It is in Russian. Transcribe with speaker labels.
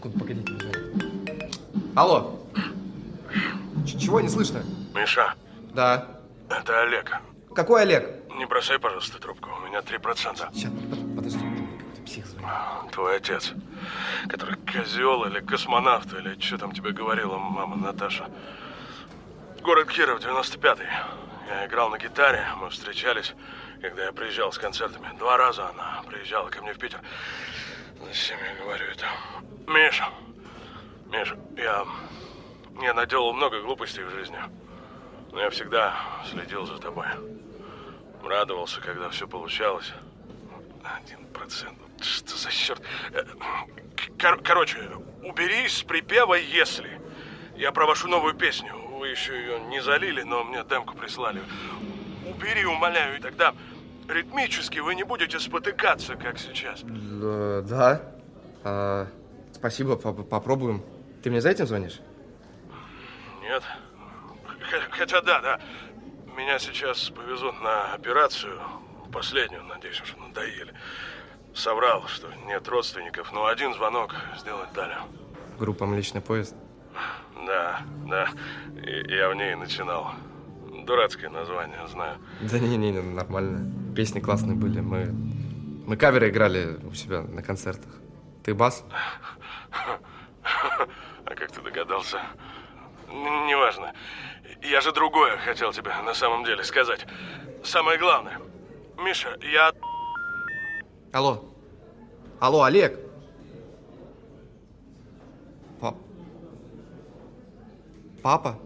Speaker 1: Секунду, погодите, не звонит. Алло. Чего не слышно?
Speaker 2: Миша.
Speaker 1: Да.
Speaker 2: Это Олег.
Speaker 1: Какой Олег?
Speaker 2: Не бросай, пожалуйста, трубку. У меня 3%.
Speaker 1: Сейчас, подожди. Какой-то псих звонит.
Speaker 2: Твой отец, который козел или космонавт, или что там тебе говорила мама Наташа. Город Киров, 95-й. Я играл на гитаре, мы встречались, когда я приезжал с концертами. 2 раза она приезжала ко мне в Питер. Зачем я говорю это? Миша, я наделал много глупостей в жизни. Но я всегда следил за тобой. Радовался, когда все получалось. 1%. Что за черт? Короче, уберись с припева «если». Я про вашу новую песню. Вы еще ее не залили, но мне демку прислали. Убери, умоляю, и тогда ритмически вы не будете спотыкаться, как сейчас.
Speaker 1: Да. Спасибо, попробуем. Ты мне за этим звонишь?
Speaker 2: Нет. Хотя да. Меня сейчас повезут на операцию. Последнюю, надеюсь, уже надоели. Соврал, что нет родственников, но 1 звонок сделать дали.
Speaker 1: Группа «Млечный поезд».
Speaker 2: Да. Я в ней начинал. Дурацкое название, знаю.
Speaker 1: Да не, нормально. Песни классные были. Мы каверы играли у себя на концертах. Ты бас?
Speaker 2: А как ты догадался? Неважно. Я же другое хотел тебе на самом деле сказать. Самое главное. Миша, я...
Speaker 1: Алло, Олег. Папа?